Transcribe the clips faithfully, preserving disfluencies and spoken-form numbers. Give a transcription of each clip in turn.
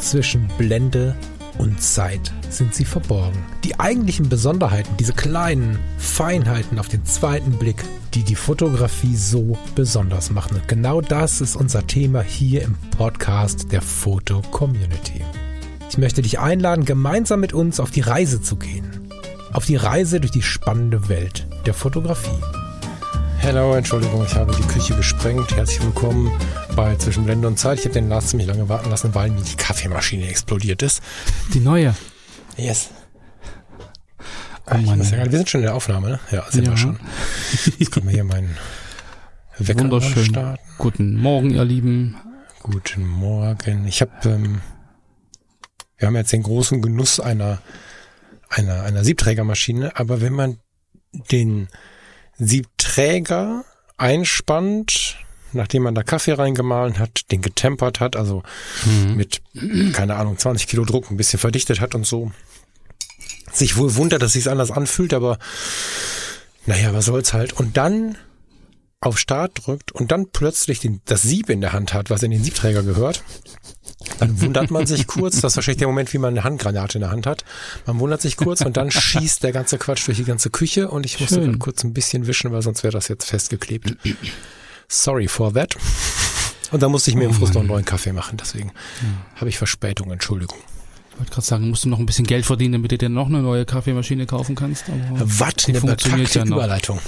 Zwischen Blende und Zeit sind sie verborgen. Die eigentlichen Besonderheiten, diese kleinen Feinheiten auf den zweiten Blick, die die Fotografie so besonders machen. Und genau das ist unser Thema hier im Podcast der Foto-Community. Ich möchte dich einladen, gemeinsam mit uns auf die Reise zu gehen. Auf die Reise durch die spannende Welt der Fotografie. Hallo, Entschuldigung, ich habe die Küche gesprengt. Herzlich willkommen bei Zwischen Blende und Zeit. Ich habe den Lars ziemlich lange warten lassen, weil mir die Kaffeemaschine explodiert ist. Die neue? Yes. Oh Mann. Ja, wir sind schon in der Aufnahme, ne? Ja, sind ja. wir schon. Jetzt können wir hier meinen Wecker Wunderschön. starten. Guten Morgen, ihr Lieben. Guten Morgen. Ich habe, ähm, wir haben jetzt den großen Genuss einer, einer, einer Siebträgermaschine, aber wenn man den Siebträger einspannt, nachdem man da Kaffee reingemahlen hat, den getempert hat, also mhm. mit, keine Ahnung, zwanzig Kilo Druck ein bisschen verdichtet hat und so, sich wohl wundert, dass es sich anders anfühlt, aber naja, was soll's halt. Und dann auf Start drückt und dann plötzlich den, das Sieb in der Hand hat, was in den Siebträger gehört, dann wundert man sich kurz, das ist wahrscheinlich der Moment, wie man eine Handgranate in der Hand hat. Man wundert sich kurz und dann schießt der ganze Quatsch durch die ganze Küche und ich musste dann kurz ein bisschen wischen, weil sonst wäre das jetzt festgeklebt. Sorry for that. Und dann musste ich mir im Frust noch einen neuen Kaffee machen, deswegen ja. habe ich Verspätung, Entschuldigung. Ich wollte gerade sagen, musst du noch ein bisschen Geld verdienen, damit du dir noch eine neue Kaffeemaschine kaufen kannst. Was? Eine beknackte ja Überleitung.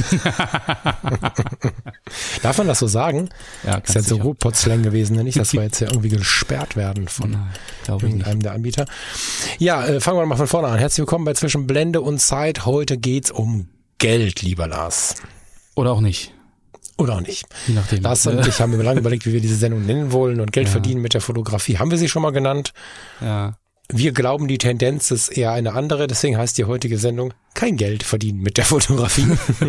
Darf man das so sagen? Ja, ist ja so Ruhrpott-Slang gewesen, nicht? Das war jetzt ja irgendwie gesperrt werden von Nein, irgendeinem der Anbieter. Ja, äh, fangen wir mal von vorne an. Herzlich willkommen bei Zwischen Blende und Zeit. Heute geht's um Geld, lieber Lars. Oder auch nicht. Oder auch nicht. Je nachdem. Lars und ich haben mir lange überlegt, wie wir diese Sendung nennen wollen und Geld ja. verdienen mit der Fotografie. Haben wir sie schon mal genannt? Ja. Wir glauben, die Tendenz ist eher eine andere, deswegen heißt die heutige Sendung kein Geld verdienen mit der Fotografie.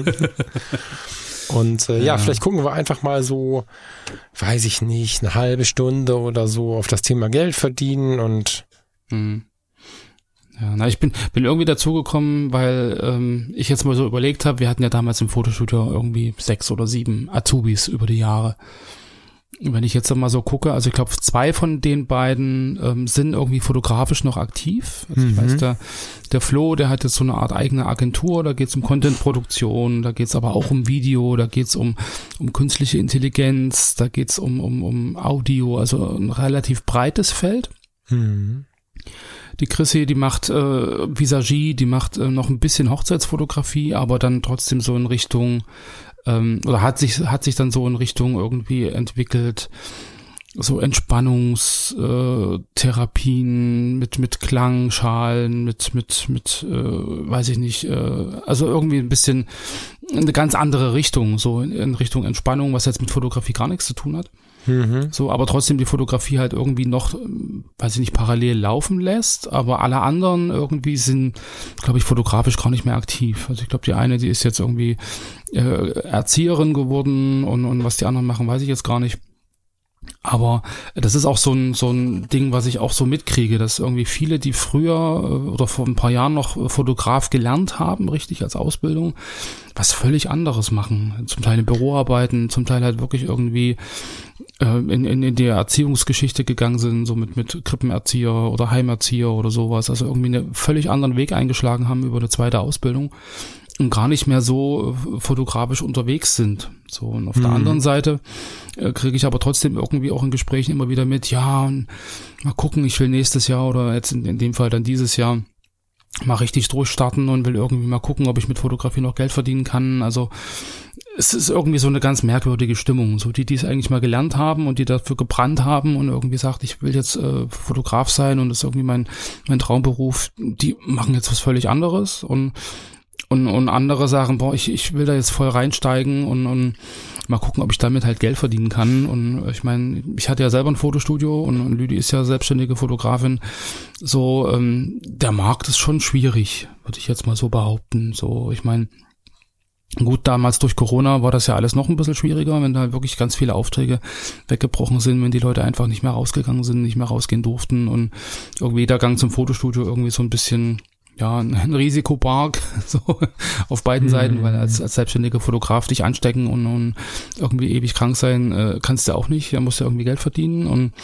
Und äh, ja. ja, vielleicht gucken wir einfach mal so, weiß ich nicht, eine halbe Stunde oder so auf das Thema Geld verdienen und mhm. Ja, na, ich bin bin irgendwie dazugekommen, weil ähm, ich jetzt mal so überlegt habe, wir hatten ja damals im Fotostudio irgendwie sechs oder sieben Azubis über die Jahre. Wenn ich jetzt mal so gucke, also ich glaube, zwei von den beiden ähm, sind irgendwie fotografisch noch aktiv. Also ich mhm. weiß, der, der Flo, der hat jetzt so eine Art eigene Agentur, da geht es um Content-Produktion, da geht es aber auch um Video, da geht es um um künstliche Intelligenz, da geht es um, um, um Audio, also ein relativ breites Feld. Mhm. Die Chrissy, die macht äh, Visagie, die macht äh, noch ein bisschen Hochzeitsfotografie, aber dann trotzdem so in Richtung ähm, oder hat sich hat sich dann so in Richtung irgendwie entwickelt, so Entspannungstherapien mit mit Klangschalen, mit mit mit äh, weiß ich nicht, äh, also irgendwie ein bisschen eine ganz andere Richtung, so in, in Richtung Entspannung, was jetzt mit Fotografie gar nichts zu tun hat. Mhm. So, aber trotzdem die Fotografie halt irgendwie noch, weiß ich nicht, parallel laufen lässt, aber alle anderen irgendwie sind, glaube ich, fotografisch gar nicht mehr aktiv. Also ich glaube, die eine, die ist jetzt irgendwie äh, Erzieherin geworden und, und was die anderen machen, weiß ich jetzt gar nicht. Aber das ist auch so ein so ein Ding, was ich auch so mitkriege, dass irgendwie viele, die früher oder vor ein paar Jahren noch Fotograf gelernt haben, richtig als Ausbildung, was völlig anderes machen. Zum Teil in Büroarbeiten, zum Teil halt wirklich irgendwie äh, in, in, in die Erziehungsgeschichte gegangen sind, so mit, mit Krippenerzieher oder Heimerzieher oder sowas. Also irgendwie einen völlig anderen Weg eingeschlagen haben über eine zweite Ausbildung und gar nicht mehr so fotografisch unterwegs sind. So, und auf mhm. der anderen Seite äh, kriege ich aber trotzdem irgendwie auch in Gesprächen immer wieder mit, ja, und mal gucken, ich will nächstes Jahr oder jetzt in, in dem Fall dann dieses Jahr mal richtig durchstarten und will irgendwie mal gucken, ob ich mit Fotografie noch Geld verdienen kann. Also es ist irgendwie so eine ganz merkwürdige Stimmung. So die, die es eigentlich mal gelernt haben und die dafür gebrannt haben und irgendwie sagt, ich will jetzt äh, Fotograf sein und das ist irgendwie mein mein Traumberuf, die machen jetzt was völlig anderes und Und, und andere sagen, boah, ich, ich will da jetzt voll reinsteigen und, und mal gucken, ob ich damit halt Geld verdienen kann. Und ich meine, ich hatte ja selber ein Fotostudio und, und Lüdi ist ja selbstständige Fotografin. So, ähm, der Markt ist schon schwierig, würde ich jetzt mal so behaupten. So, ich meine, gut, damals durch Corona war das ja alles noch ein bisschen schwieriger, wenn da wirklich ganz viele Aufträge weggebrochen sind, wenn die Leute einfach nicht mehr rausgegangen sind, nicht mehr rausgehen durften und irgendwie der Gang zum Fotostudio irgendwie so ein bisschen, ja, ein Risikopark, so auf beiden mhm. Seiten, weil als, als selbstständiger Fotograf dich anstecken und, und irgendwie ewig krank sein, äh, kannst du auch nicht, da musst du irgendwie Geld verdienen und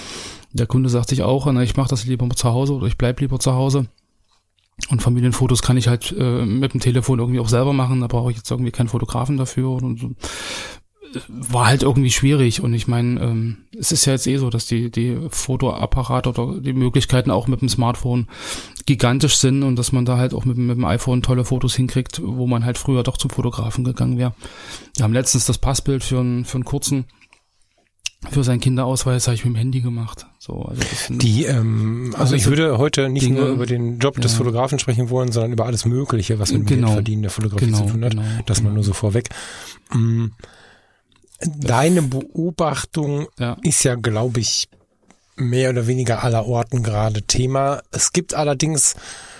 Der Kunde sagt sich auch, na, ich mache das lieber zu Hause oder ich bleib lieber zu Hause. Und Familienfotos kann ich halt äh, mit dem Telefon irgendwie auch selber machen, da brauche ich jetzt irgendwie keinen Fotografen dafür. Und so. War halt irgendwie schwierig. Und ich meine, ähm, es ist ja jetzt eh so, dass die die Fotoapparate oder die Möglichkeiten auch mit dem Smartphone gigantisch sind und dass man da halt auch mit, mit dem iPhone tolle Fotos hinkriegt, wo man halt früher doch zum Fotografen gegangen wäre. Wir haben letztens das Passbild für einen für einen kurzen für seinen Kinderausweis habe ich mit dem Handy gemacht. So, also das sind die, ähm, also, also ich würde heute nicht Dinge, nur über den Job ja. des Fotografen sprechen wollen, sondern über alles Mögliche, was mit dem genau. Geldverdienen der Fotografie genau, zu tun hat. Genau, das genau. mal nur so vorweg. Ähm, deine Beobachtung ja. ist ja, glaube ich, mehr oder weniger aller Orten gerade Thema. Es gibt allerdings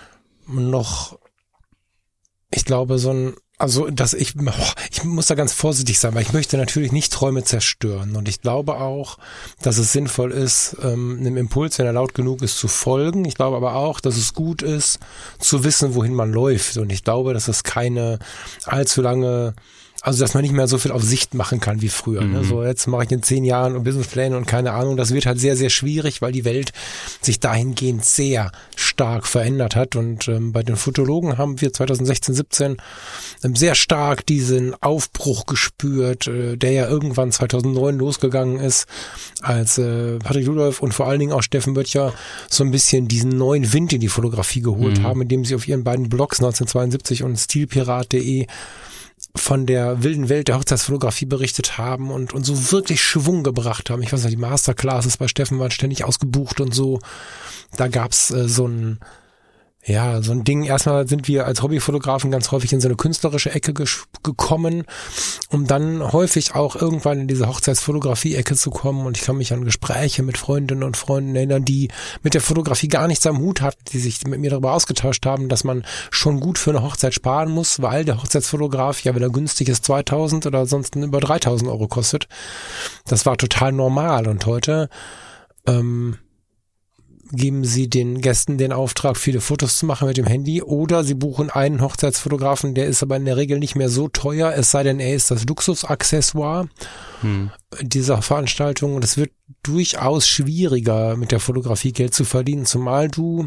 noch, ich glaube, so ein Also, dass ich, ich muss da ganz vorsichtig sein, weil ich möchte natürlich nicht Träume zerstören. Und ich glaube auch, dass es sinnvoll ist, ähm, einem Impuls, wenn er laut genug ist, zu folgen. Ich glaube aber auch, dass es gut ist, zu wissen, wohin man läuft. Und ich glaube, dass es keine allzu lange, also dass man nicht mehr so viel auf Sicht machen kann wie früher. Mhm. Ne? So, jetzt mache ich in zehn Jahren Businesspläne und keine Ahnung. Das wird halt sehr, sehr schwierig, weil die Welt sich dahingehend sehr stark verändert hat. Und ähm, bei den Fotologen haben wir zwanzig sechzehn, siebzehn ähm, sehr stark diesen Aufbruch gespürt, äh, der ja irgendwann zweitausendneun losgegangen ist, als äh, Patrick Ludolf und vor allen Dingen auch Steffen Böttcher so ein bisschen diesen neuen Wind in die Fotografie geholt mhm. haben, indem sie auf ihren beiden Blogs neunzehnhundertzweiundsiebzig und stilpirat punkt de von der wilden Welt der Hochzeitsfotografie berichtet haben und, und so wirklich Schwung gebracht haben. Ich weiß nicht, die Masterclasses bei Steffen waren ständig ausgebucht und so. Da gab's äh, so ein, ja, so ein Ding. Erstmal sind wir als Hobbyfotografen ganz häufig in so eine künstlerische Ecke ges- gekommen, um dann häufig auch irgendwann in diese Hochzeitsfotografie-Ecke zu kommen. Und ich kann mich an Gespräche mit Freundinnen und Freunden erinnern, die mit der Fotografie gar nichts am Hut hatten, die sich mit mir darüber ausgetauscht haben, dass man schon gut für eine Hochzeit sparen muss, weil der Hochzeitsfotograf ja, wenn er günstig ist, zweitausend oder sonst über dreitausend Euro kostet. Das war total normal. Und heute ähm, geben Sie den Gästen den Auftrag, viele Fotos zu machen mit dem Handy, oder Sie buchen einen Hochzeitsfotografen, der ist aber in der Regel nicht mehr so teuer, es sei denn, er ist das Luxusaccessoire hm. dieser Veranstaltung. Und es wird durchaus schwieriger, mit der Fotografie Geld zu verdienen, zumal du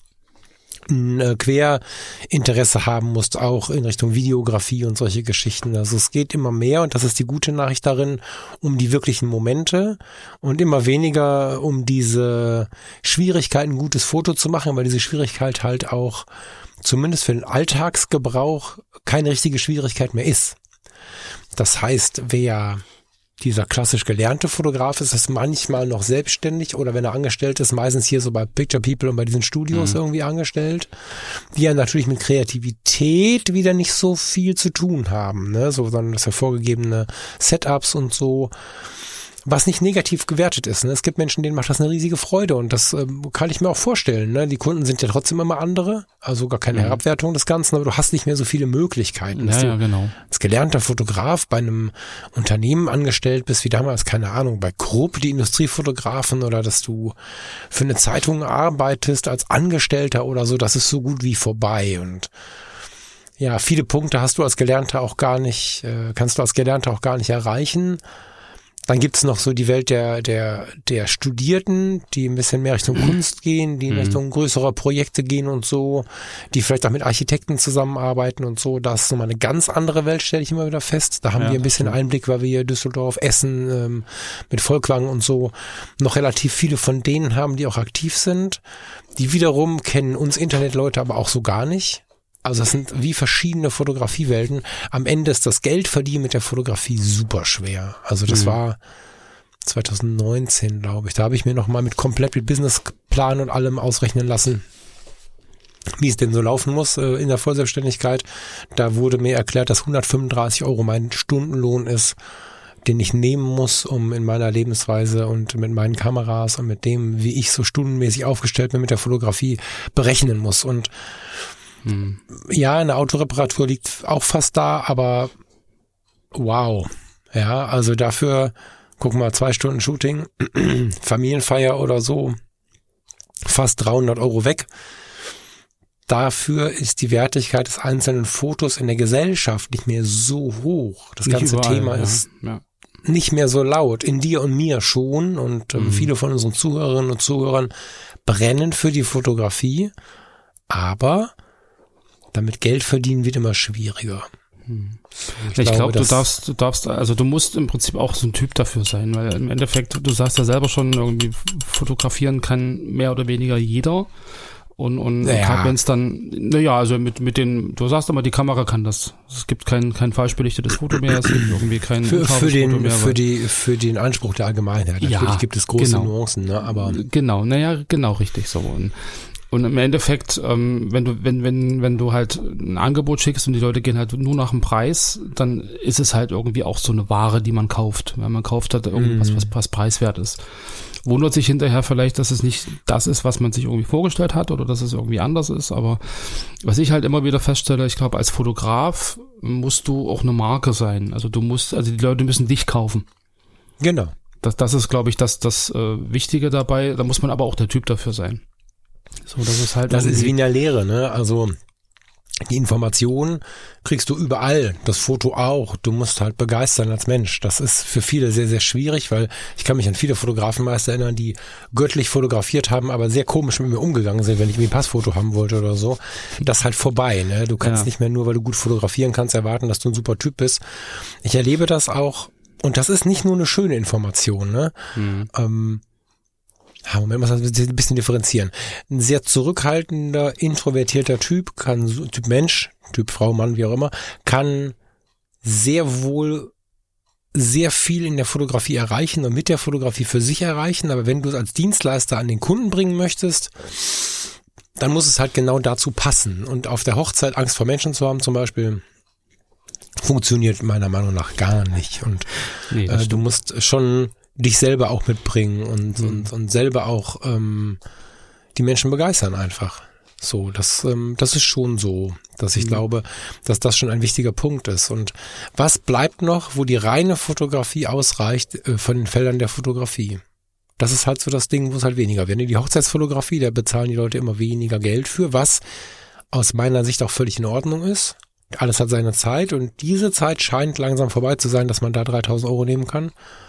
ein Querinteresse haben musst, auch in Richtung Videografie und solche Geschichten. Also es geht immer mehr, und das ist die gute Nachricht darin, um die wirklichen Momente und immer weniger um diese Schwierigkeit, ein gutes Foto zu machen, weil diese Schwierigkeit halt auch zumindest für den Alltagsgebrauch keine richtige Schwierigkeit mehr ist. Das heißt, wer dieser klassisch gelernte Fotograf ist, ist manchmal noch selbstständig, oder wenn er angestellt ist, meistens hier so bei Picture People und bei diesen Studios mhm. irgendwie angestellt, die ja natürlich mit Kreativität wieder nicht so viel zu tun haben, ne, so, sondern das hervorgegebene Setups und so, was nicht negativ gewertet ist. Ne? Es gibt Menschen, denen macht das eine riesige Freude, und das ähm, kann ich mir auch vorstellen. Ne? Die Kunden sind ja trotzdem immer andere, also gar keine mhm. Herabwertung des Ganzen, aber du hast nicht mehr so viele Möglichkeiten. Ja, ja, genau. Als gelernter Fotograf bei einem Unternehmen angestellt bist, wie damals, keine Ahnung, bei Krupp, die Industriefotografen, oder dass du für eine Zeitung arbeitest als Angestellter oder so, das ist so gut wie vorbei. Und ja, viele Punkte hast du als Gelernter auch gar nicht, äh, kannst du als Gelernter auch gar nicht erreichen. Dann gibt's noch so die Welt der der der Studierten, die ein bisschen mehr Richtung Kunst gehen, die in Richtung größerer Projekte gehen und so, die vielleicht auch mit Architekten zusammenarbeiten und so. Das ist nochmal eine ganz andere Welt, stelle ich immer wieder fest. Da haben ja, wir ein bisschen Einblick, weil wir hier Düsseldorf, Essen ähm, mit Volkwang und so noch relativ viele von denen haben, die auch aktiv sind. Die wiederum kennen uns Internetleute aber auch so gar nicht. Also das sind wie verschiedene Fotografiewelten. Am Ende ist das Geldverdienen mit der Fotografie super schwer. Also das mhm. war zwanzig neunzehn, glaube ich. Da habe ich mir nochmal mit komplett mit Businessplan und allem ausrechnen lassen, wie es denn so laufen muss äh, in der Vollselbstständigkeit. Da wurde mir erklärt, dass hundertfünfunddreißig Euro mein Stundenlohn ist, den ich nehmen muss, um in meiner Lebensweise und mit meinen Kameras und mit dem, wie ich so stundenmäßig aufgestellt bin mit der Fotografie, berechnen muss. Und Hm. ja, eine Autoreparatur liegt auch fast da, aber wow. Ja, also dafür, guck mal, zwei Stunden Shooting, Familienfeier oder so, fast dreihundert Euro weg. Dafür ist die Wertigkeit des einzelnen Fotos in der Gesellschaft nicht mehr so hoch. Das nicht ganze überall, Thema ja. ist ja. nicht mehr so laut. In dir und mir schon. Und ähm, mhm. viele von unseren Zuhörerinnen und Zuhörern brennen für die Fotografie. Aber damit Geld verdienen wird immer schwieriger. Hm. Ich, ich glaube, glaub, du darfst, du darfst, also du musst im Prinzip auch so ein Typ dafür sein, weil im Endeffekt, du sagst ja selber schon, irgendwie fotografieren kann mehr oder weniger jeder. Und, und ja. wenn es dann, naja, also mit, mit den, du sagst immer, die Kamera kann das. Es gibt kein, kein falsch belichtetes Foto mehr, es gibt irgendwie kein für, für den, Foto mehr. Für die, für den Anspruch der Allgemeinheit. Natürlich ja, gibt es große genau. Nuancen, ne, aber. Genau, naja, genau richtig so. Und, und im Endeffekt, ähm, wenn du, wenn, wenn, wenn du halt ein Angebot schickst und die Leute gehen halt nur nach dem Preis, dann ist es halt irgendwie auch so eine Ware, die man kauft. Weil man kauft halt irgendwas, mhm. was, was preiswert ist. Wundert sich hinterher vielleicht, dass es nicht das ist, was man sich irgendwie vorgestellt hat oder dass es irgendwie anders ist. Aber was ich halt immer wieder feststelle, ich glaube, als Fotograf musst du auch eine Marke sein. Also du musst, also die Leute müssen dich kaufen. Genau. Das, das ist, glaube ich, das, das äh, Wichtige dabei. Da muss man aber auch der Typ dafür sein. So, das ist halt. Das ist wie in der Lehre, ne? Also die Information kriegst du überall, das Foto auch. Du musst halt begeistern als Mensch. Das ist für viele sehr, sehr schwierig, weil ich kann mich an viele Fotografenmeister erinnern, die göttlich fotografiert haben, aber sehr komisch mit mir umgegangen sind, wenn ich mir ein Passfoto haben wollte oder so. Das ist halt vorbei, ne? Du kannst ja. nicht mehr nur, weil du gut fotografieren kannst, erwarten, dass du ein super Typ bist. Ich erlebe das auch, und das ist nicht nur eine schöne Information, ne? Mhm. Ähm, Moment, muss man ein bisschen differenzieren. Ein sehr zurückhaltender, introvertierter Typ, kann, Typ Mensch, Typ Frau, Mann, wie auch immer, kann sehr wohl sehr viel in der Fotografie erreichen und mit der Fotografie für sich erreichen. Aber wenn du es als Dienstleister an den Kunden bringen möchtest, dann muss es halt genau dazu passen. Und auf der Hochzeit Angst vor Menschen zu haben zum Beispiel, funktioniert meiner Meinung nach gar nicht. Und nee, äh, du musst schon dich selber auch mitbringen und, mhm. und, und selber auch ähm, die Menschen begeistern einfach. So, das, ähm, das ist schon so, dass ich mhm. glaube, dass das schon ein wichtiger Punkt ist. Und was bleibt noch, wo die reine Fotografie ausreicht äh, von den Feldern der Fotografie? Das ist halt so das Ding, wo es halt weniger wird. Die Hochzeitsfotografie, da bezahlen die Leute immer weniger Geld für, was aus meiner Sicht auch völlig in Ordnung ist. Alles hat seine Zeit und diese Zeit scheint langsam vorbei zu sein, dass man da dreitausend Euro nehmen kann.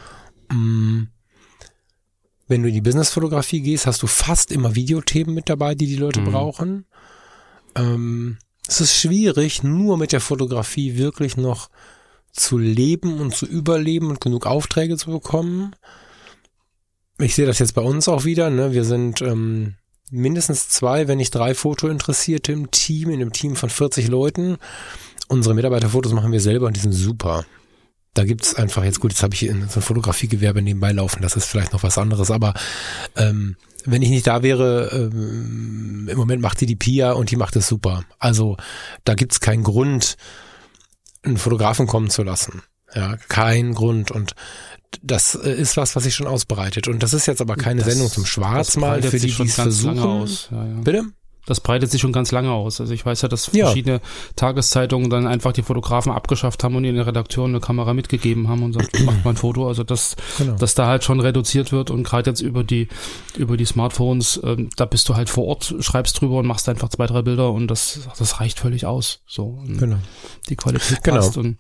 Wenn du in die Businessfotografie gehst, hast du fast immer Videothemen mit dabei, die die Leute mhm. brauchen. Ähm, es ist schwierig, nur mit der Fotografie wirklich noch zu leben und zu überleben und genug Aufträge zu bekommen. Ich sehe das jetzt bei uns auch wieder, ne? Wir sind ähm, mindestens zwei, wenn nicht drei Fotointeressierte im Team, in einem Team von vierzig Leuten. Unsere Mitarbeiterfotos machen wir selber und die sind super. Da gibt's einfach jetzt, gut, jetzt habe ich in so ein Fotografiegewerbe nebenbei laufen, das ist vielleicht noch was anderes, aber ähm, wenn ich nicht da wäre, ähm, im Moment macht die die Pia und die macht es super. Also da gibt's keinen Grund, einen Fotografen kommen zu lassen. Ja, kein Grund. Und das ist was, was sich schon ausbreitet. Und das ist jetzt aber keine das, Sendung zum Schwarzmalen für die, die es versuchen. Aus. Ja, ja. Bitte? Das breitet sich schon ganz lange aus. Also ich weiß ja, dass verschiedene ja. Tageszeitungen dann einfach die Fotografen abgeschafft haben und in der Redaktion eine Kamera mitgegeben haben und sagt, macht mal ein Foto. Also dass, genau. dass da halt schon reduziert wird und gerade jetzt über die über die Smartphones, ähm, da bist du halt vor Ort, schreibst drüber und machst einfach zwei, drei Bilder und das das reicht völlig aus. So genau. Die Qualität genau. passt und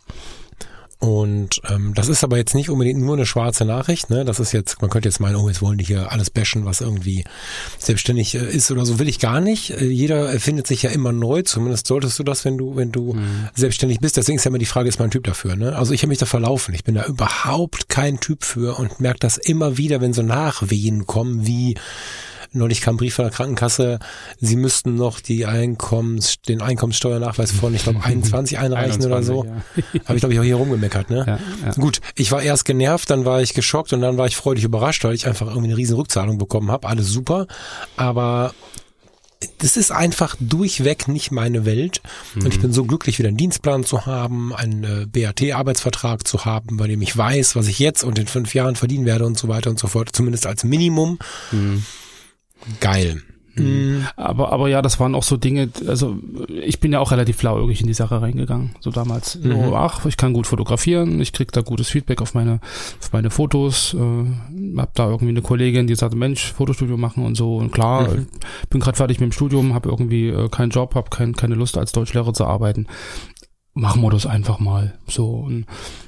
Und ähm, das ist aber jetzt nicht unbedingt nur eine schwarze Nachricht, ne? Das ist jetzt, man könnte jetzt meinen, oh, jetzt wollen die hier alles bashen, was irgendwie selbstständig äh, ist oder so, will ich gar nicht. Äh, jeder erfindet sich ja immer neu, zumindest solltest du das, wenn du, wenn du mhm. selbstständig bist. Deswegen ist ja immer die Frage, ist man ein Typ dafür, ne? Also ich habe mich da verlaufen. Ich bin da überhaupt kein Typ für und merke das immer wieder, wenn so Nachwehen kommen, wie neulich kam ein Brief von der Krankenkasse, sie müssten noch die Einkommens, den Einkommenssteuernachweis von, ich glaube, einundzwanzig einreichen oder so. Ja. Habe ich, glaube ich, auch hier rumgemeckert, ne? Ja, ja. Gut, ich war erst genervt, dann war ich geschockt und dann war ich freudig überrascht, weil ich einfach irgendwie eine riesen Rückzahlung bekommen habe. Alles super, aber das ist einfach durchweg nicht meine Welt. Mhm. Und ich bin so glücklich, wieder einen Dienstplan zu haben, einen B A T-Arbeitsvertrag zu haben, bei dem ich weiß, was ich jetzt und in fünf Jahren verdienen werde und so weiter und so fort, zumindest als Minimum. Mhm. Geil. Mhm. Aber, aber ja, das waren auch so Dinge, also ich bin ja auch relativ blauäugig in die Sache reingegangen, so damals. Mhm. So, ach, ich kann gut fotografieren, ich krieg da gutes Feedback auf meine, auf meine Fotos, äh, hab da irgendwie eine Kollegin, die sagte, Mensch, Fotostudio machen und so. Und klar, mhm. bin gerade fertig mit dem Studium, habe irgendwie äh, keinen Job, habe kein, keine Lust als Deutschlehrer zu arbeiten. Machen wir das einfach mal. So, und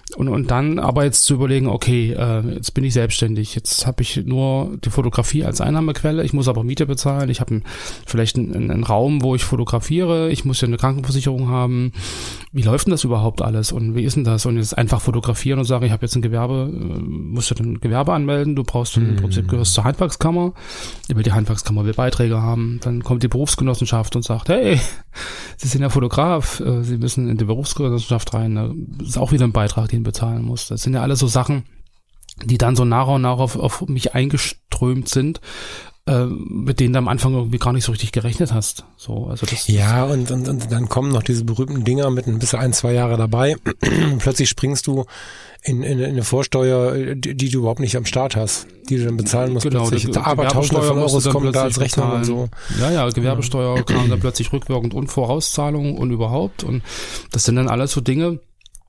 Und, und dann aber jetzt zu überlegen, okay, äh, jetzt bin ich selbstständig, jetzt habe ich nur die Fotografie als Einnahmequelle, ich muss aber Miete bezahlen, ich habe ein, vielleicht einen, einen Raum, wo ich fotografiere, ich muss ja eine Krankenversicherung haben. Wie läuft denn das überhaupt alles und wie ist denn das? Und jetzt einfach fotografieren und sagen, ich habe jetzt ein Gewerbe, äh, musst du ein Gewerbe anmelden, du brauchst hm. im Prinzip gehörst zur Handwerkskammer, weil die Handwerkskammer will Beiträge haben, dann kommt die Berufsgenossenschaft und sagt, hey, Sie sind ja Fotograf, äh, Sie müssen in die Berufsgenossenschaft rein, ne? Das ist auch wieder ein Beitrag, den bezahlen muss. Das sind ja alles so Sachen, die dann so nach und nach auf, auf mich eingeströmt sind, äh, mit denen du am Anfang irgendwie gar nicht so richtig gerechnet hast. So, also das. Ja, und, und, und dann kommen noch diese berühmten Dinger mit ein bisschen ein, zwei Jahre dabei und plötzlich springst du in, in, in eine Vorsteuer, die, die du überhaupt nicht am Start hast, die du dann bezahlen musst. Genau, plötzlich. Da aber Tausende von Euros kommen da als Rechnung und so. Ja, ja, Gewerbesteuer kam dann plötzlich rückwirkend und Vorauszahlung und überhaupt und das sind dann alles so Dinge,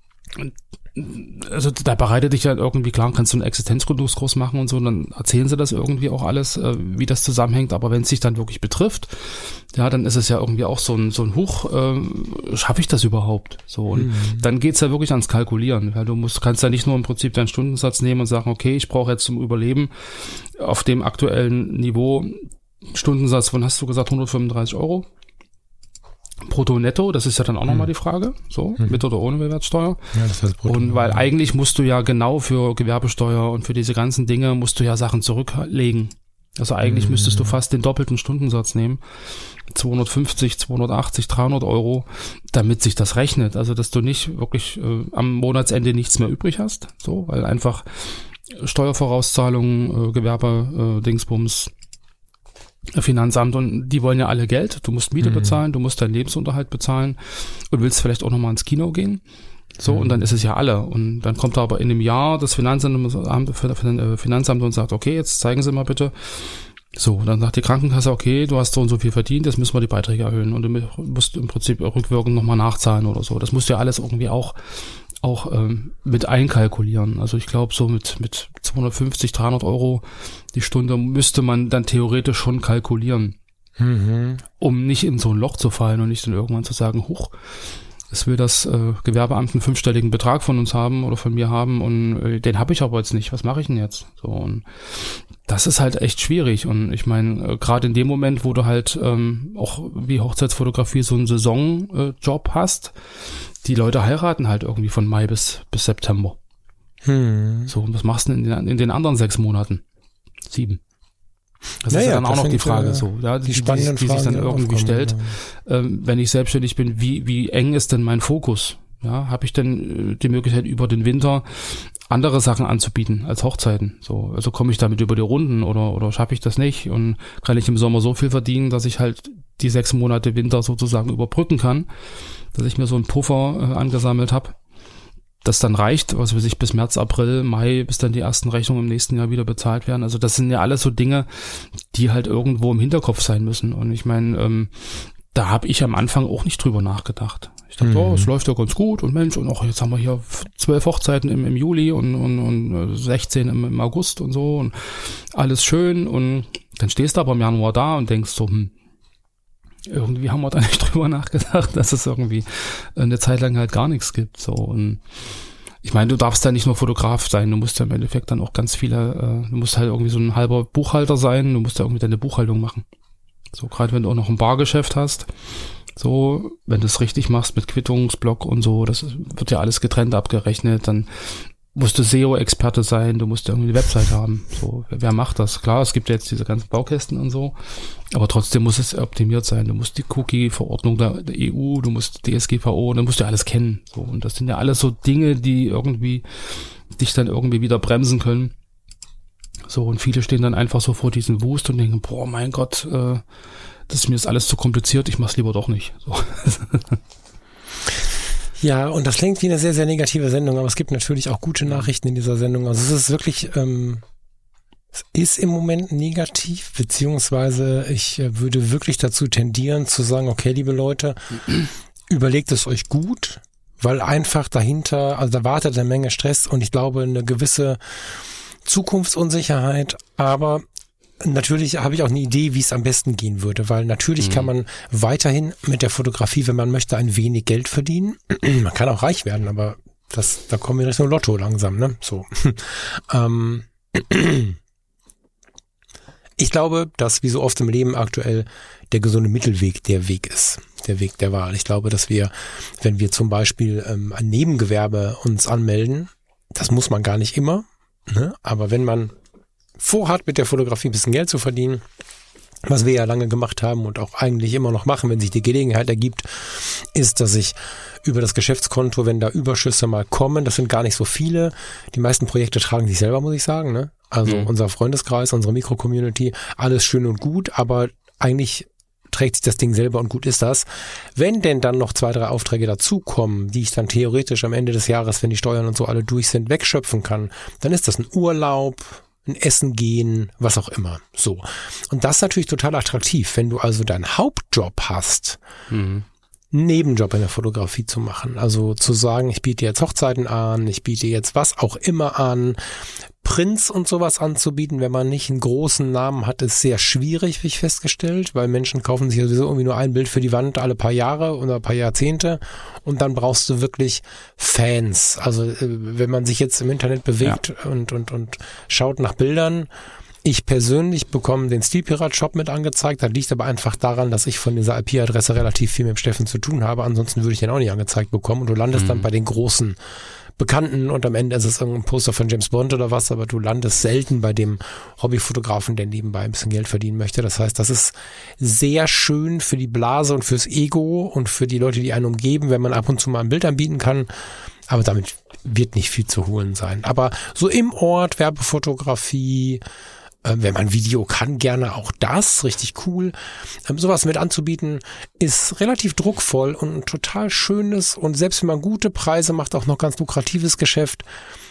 also da bereitet dich dann irgendwie, klar, kannst du einen Existenzgründungskurs machen und so, und dann erzählen sie das irgendwie auch alles, äh, wie das zusammenhängt, aber wenn es sich dann wirklich betrifft, ja, dann ist es ja irgendwie auch so ein so ein Huch, äh, schaffe ich das überhaupt? So, und mhm. dann geht's ja wirklich ans Kalkulieren, weil du musst, kannst ja nicht nur im Prinzip deinen Stundensatz nehmen und sagen, okay, ich brauche jetzt zum Überleben auf dem aktuellen Niveau Stundensatz von, hast du gesagt, hundertfünfunddreißig Euro? Brutto netto, das ist ja dann auch nochmal die Frage, so, mhm. mit oder ohne Mehrwertsteuer. Ja, das heißt brutto. Und weil eigentlich musst du ja genau für Gewerbesteuer und für diese ganzen Dinge musst du ja Sachen zurücklegen. Also eigentlich mhm. müsstest du fast den doppelten Stundensatz nehmen. zweihundertfünfzig, zweihundertachtzig, dreihundert Euro, damit sich das rechnet. Also, dass du nicht wirklich äh, am Monatsende nichts mehr übrig hast, so, weil einfach Steuervorauszahlungen, äh, Gewerbe, äh, Dingsbums, Finanzamt, und die wollen ja alle Geld. Du musst Miete mhm. bezahlen, du musst deinen Lebensunterhalt bezahlen und willst vielleicht auch nochmal ins Kino gehen. So, mhm. und dann ist es ja alle. Und dann kommt da aber in einem Jahr das Finanzamt, Finanzamt und sagt, okay, jetzt zeigen Sie mal bitte. So, dann sagt die Krankenkasse, okay, du hast so und so viel verdient, jetzt müssen wir die Beiträge erhöhen. Und du musst im Prinzip rückwirkend nochmal nachzahlen oder so. Das musst du ja alles irgendwie auch auch ähm, mit einkalkulieren. Also ich glaube, so mit mit zweihundertfünfzig, dreihundert Euro die Stunde müsste man dann theoretisch schon kalkulieren, mhm. um nicht in so ein Loch zu fallen und nicht dann irgendwann zu sagen, huch, es will das äh, Gewerbeamt einen fünfstelligen Betrag von uns haben oder von mir haben und äh, den habe ich aber jetzt nicht. Was mache ich denn jetzt? So, und das ist halt echt schwierig. Und ich meine, äh, gerade in dem Moment, wo du halt ähm, auch wie Hochzeitsfotografie so einen Saisonjob äh, hast, die Leute heiraten halt irgendwie von Mai bis bis September. Hm. So, und was machst du denn in den, in den anderen sechs Monaten? Sieben. Das naja, ist ja dann auch noch die Frage, äh, so, ja, die, die, die, die sich dann irgendwie stellt. Ja. Ähm, wenn ich selbstständig bin, wie wie eng ist denn mein Fokus? Ja, habe ich denn äh, die Möglichkeit über den Winter andere Sachen anzubieten als Hochzeiten? So, also komme ich damit über die Runden oder oder schaffe ich das nicht und kann ich im Sommer so viel verdienen, dass ich halt die sechs Monate Winter sozusagen überbrücken kann, dass ich mir so einen Puffer äh, angesammelt habe, das dann reicht, was weiß ich, bis März, April, Mai, bis dann die ersten Rechnungen im nächsten Jahr wieder bezahlt werden. Also das sind ja alles so Dinge, die halt irgendwo im Hinterkopf sein müssen. Und ich meine, ähm, da habe ich am Anfang auch nicht drüber nachgedacht. Ich dachte, mhm. oh, es läuft ja ganz gut und Mensch, und auch jetzt haben wir hier zwölf Hochzeiten im, im Juli und, und, und sechzehn im, im August und so und alles schön. Und dann stehst du aber im Januar da und denkst so, hm, irgendwie haben wir da nicht drüber nachgedacht, dass es irgendwie eine Zeit lang halt gar nichts gibt. So, und ich meine, du darfst ja nicht nur Fotograf sein, du musst ja im Endeffekt dann auch ganz viele, äh, du musst halt irgendwie so ein halber Buchhalter sein, du musst ja irgendwie deine Buchhaltung machen. So, gerade wenn du auch noch ein Bargeschäft hast, so, wenn du es richtig machst mit Quittungsblock und so, das wird ja alles getrennt abgerechnet, dann musst du S E O-Experte sein, du musst irgendwie eine Website haben. So, wer macht das? Klar, es gibt ja jetzt diese ganzen Baukästen und so, aber trotzdem muss es optimiert sein. Du musst die Cookie-Verordnung der, der E U, du musst D S G V O, dann musst du alles kennen. So, und das sind ja alles so Dinge, die irgendwie dich dann irgendwie wieder bremsen können. So, und viele stehen dann einfach so vor diesem Wust und denken, boah, mein Gott, äh, das ist mir jetzt alles zu kompliziert, ich mach's lieber doch nicht. So. Ja, und das klingt wie eine sehr, sehr negative Sendung, aber es gibt natürlich auch gute Nachrichten in dieser Sendung. Also es ist wirklich, ähm, es ist im Moment negativ, beziehungsweise ich äh, würde wirklich dazu tendieren zu sagen, okay, liebe Leute, überlegt es euch gut, weil einfach dahinter, also da wartet eine Menge Stress und ich glaube eine gewisse Zukunftsunsicherheit, aber natürlich habe ich auch eine Idee, wie es am besten gehen würde, weil natürlich mhm. kann man weiterhin mit der Fotografie, wenn man möchte, ein wenig Geld verdienen. Man kann auch reich werden, aber das, da kommen wir Richtung Lotto langsam, ne? So. ähm, ich glaube, dass wie so oft im Leben aktuell der gesunde Mittelweg der Weg ist, der Weg der Wahl. Ich glaube, dass wir, wenn wir zum Beispiel ähm, ein Nebengewerbe uns anmelden, das muss man gar nicht immer, ne? Aber wenn man vorhat, mit der Fotografie ein bisschen Geld zu verdienen, was wir ja lange gemacht haben und auch eigentlich immer noch machen, wenn sich die Gelegenheit ergibt, ist, dass ich über das Geschäftskonto, wenn da Überschüsse mal kommen, das sind gar nicht so viele, die meisten Projekte tragen sich selber, muss ich sagen, ne? Also mhm. unser Freundeskreis, unsere Mikro-Community, alles schön und gut, aber eigentlich trägt sich das Ding selber und gut ist das. Wenn denn dann noch zwei, drei Aufträge dazukommen, die ich dann theoretisch am Ende des Jahres, wenn die Steuern und so alle durch sind, wegschöpfen kann, dann ist das ein Urlaub, ein Essen gehen, was auch immer. So. Und das ist natürlich total attraktiv, wenn du also deinen Hauptjob hast, mhm. einen Nebenjob in der Fotografie zu machen. Also zu sagen, ich biete jetzt Hochzeiten an, ich biete jetzt was auch immer an. Prints und sowas anzubieten, wenn man nicht einen großen Namen hat, ist sehr schwierig, wie ich festgestellt, weil Menschen kaufen sich sowieso irgendwie nur ein Bild für die Wand alle paar Jahre oder ein paar Jahrzehnte und dann brauchst du wirklich Fans. Also wenn man sich jetzt im Internet bewegt ja. und, und, und schaut nach Bildern, ich persönlich bekomme den Stilpirat-Shop mit angezeigt, das liegt aber einfach daran, dass ich von dieser I P-Adresse relativ viel mit dem Steffen zu tun habe, ansonsten würde ich den auch nicht angezeigt bekommen und du landest mhm. dann bei den großen Bekannten und am Ende ist es irgendein Poster von James Bond oder was, aber du landest selten bei dem Hobbyfotografen, der nebenbei ein bisschen Geld verdienen möchte. Das heißt, das ist sehr schön für die Blase und fürs Ego und für die Leute, die einen umgeben, wenn man ab und zu mal ein Bild anbieten kann. Aber damit wird nicht viel zu holen sein. Aber so im Ort, Werbefotografie, wenn man Video kann, gerne auch das, richtig cool. Ähm, sowas mit anzubieten, ist relativ druckvoll und ein total schönes und selbst wenn man gute Preise macht, auch noch ganz lukratives Geschäft,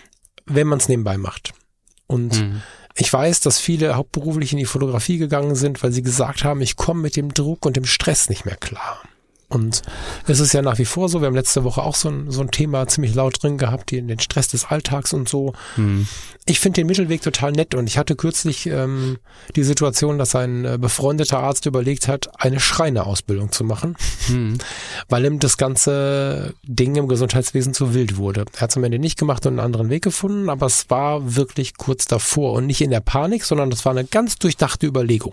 wenn man es nebenbei macht. Und mhm. ich weiß, dass viele hauptberuflich in die Fotografie gegangen sind, weil sie gesagt haben, ich komme mit dem Druck und dem Stress nicht mehr klar. Und es ist ja nach wie vor so, wir haben letzte Woche auch so ein, so ein Thema ziemlich laut drin gehabt, die, den Stress des Alltags und so. Hm. Ich finde den Mittelweg total nett und ich hatte kürzlich ähm, die Situation, dass ein äh, befreundeter Arzt überlegt hat, eine Schreinerausbildung zu machen, hm. weil ihm das ganze Ding im Gesundheitswesen zu wild wurde. Er hat es am Ende nicht gemacht und einen anderen Weg gefunden, aber es war wirklich kurz davor und nicht in der Panik, sondern das war eine ganz durchdachte Überlegung.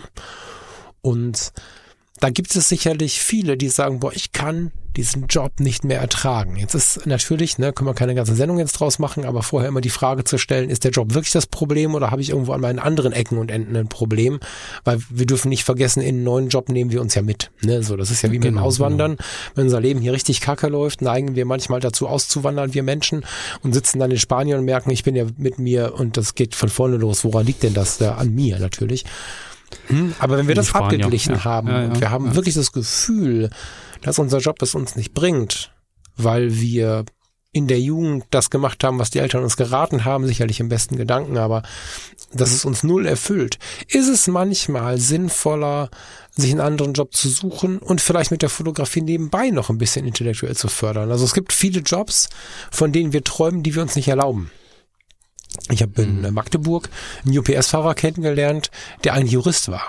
Und da gibt es sicherlich viele, die sagen, boah, ich kann diesen Job nicht mehr ertragen. Jetzt ist natürlich, ne, können wir keine ganze Sendung jetzt draus machen, aber vorher immer die Frage zu stellen, ist der Job wirklich das Problem oder habe ich irgendwo an meinen anderen Ecken und Enden ein Problem? Weil wir dürfen nicht vergessen, in einen neuen Job nehmen wir uns ja mit. Ne, so, das ist ja wie genau, mit dem Auswandern. Genau. Wenn unser Leben hier richtig kacke läuft, neigen wir manchmal dazu auszuwandern, wir Menschen, und sitzen dann in Spanien und merken, ich bin ja mit mir und das geht von vorne los. Woran liegt denn das? Da an mir natürlich. Hm, aber wenn wir das Spanier, abgeglichen ja. haben ja, ja, und wir haben ja. wirklich das Gefühl, dass unser Job es uns nicht bringt, weil wir in der Jugend das gemacht haben, was die Eltern uns geraten haben, sicherlich im besten Gedanken, aber dass es uns null erfüllt, ist es manchmal sinnvoller, sich einen anderen Job zu suchen und vielleicht mit der Fotografie nebenbei noch ein bisschen intellektuell zu fördern. Also es gibt viele Jobs, von denen wir träumen, die wir uns nicht erlauben. Ich habe in Magdeburg einen U P S-Fahrer kennengelernt, der eigentlich Jurist war.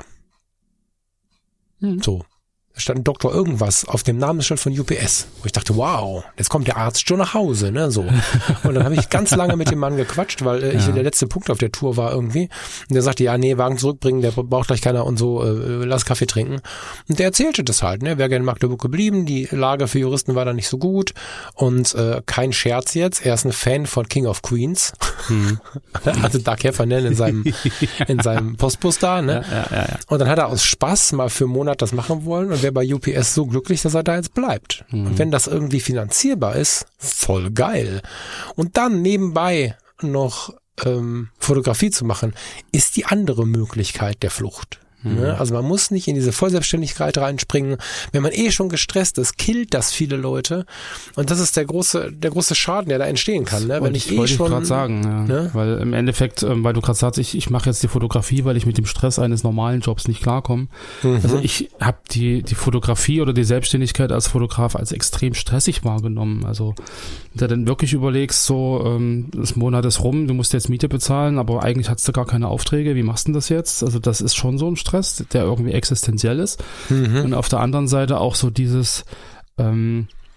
Mhm. So. Da stand ein Doktor irgendwas auf dem Namensschild von U P S. Wo ich dachte, wow, jetzt kommt der Arzt schon nach Hause, ne, so. Und dann habe ich ganz lange mit dem Mann gequatscht, weil äh, ich ja. der letzte Punkt auf der Tour war irgendwie. Und der sagte, ja, nee, Wagen zurückbringen, der braucht gleich keiner und so, äh, lass Kaffee trinken. Und der erzählte das halt, ne, wäre gerne in Magdeburg geblieben, die Lage für Juristen war da nicht so gut. Und äh, kein Scherz jetzt, er ist ein Fan von King of Queens. Hm. Also Doug Heffernan in seinem, in seinem Postbus da, ne. Ja, ja, ja. Und dann hat er aus Spaß mal für einen Monat das machen wollen und wäre bei U P S so glücklich, dass er da jetzt bleibt. Mhm. Und wenn das irgendwie finanzierbar ist, voll geil. Und dann nebenbei noch ähm, Fotografie zu machen, ist die andere Möglichkeit der Flucht. Mhm. Ne? Also man muss nicht in diese Vollselbstständigkeit reinspringen. Wenn man eh schon gestresst ist, killt das viele Leute. Und das ist der große, der große Schaden, der da entstehen kann. Ne? Wenn ich, ich eh schon, gerade sagen, ja. Ne? Weil im Endeffekt, ähm, weil du gerade sagst, ich, ich mache jetzt die Fotografie, weil ich mit dem Stress eines normalen Jobs nicht klarkomme. Mhm. Also ich habe die die Fotografie oder die Selbstständigkeit als Fotograf als extrem stressig wahrgenommen. Also wenn du dann wirklich überlegst, so ähm, das Monat ist rum, du musst jetzt Miete bezahlen, aber eigentlich hast du gar keine Aufträge. Wie machst du denn das jetzt? Also das ist schon so ein Stress, der irgendwie existenziell ist. Mhm. Und auf der anderen Seite auch so dieses, ähm,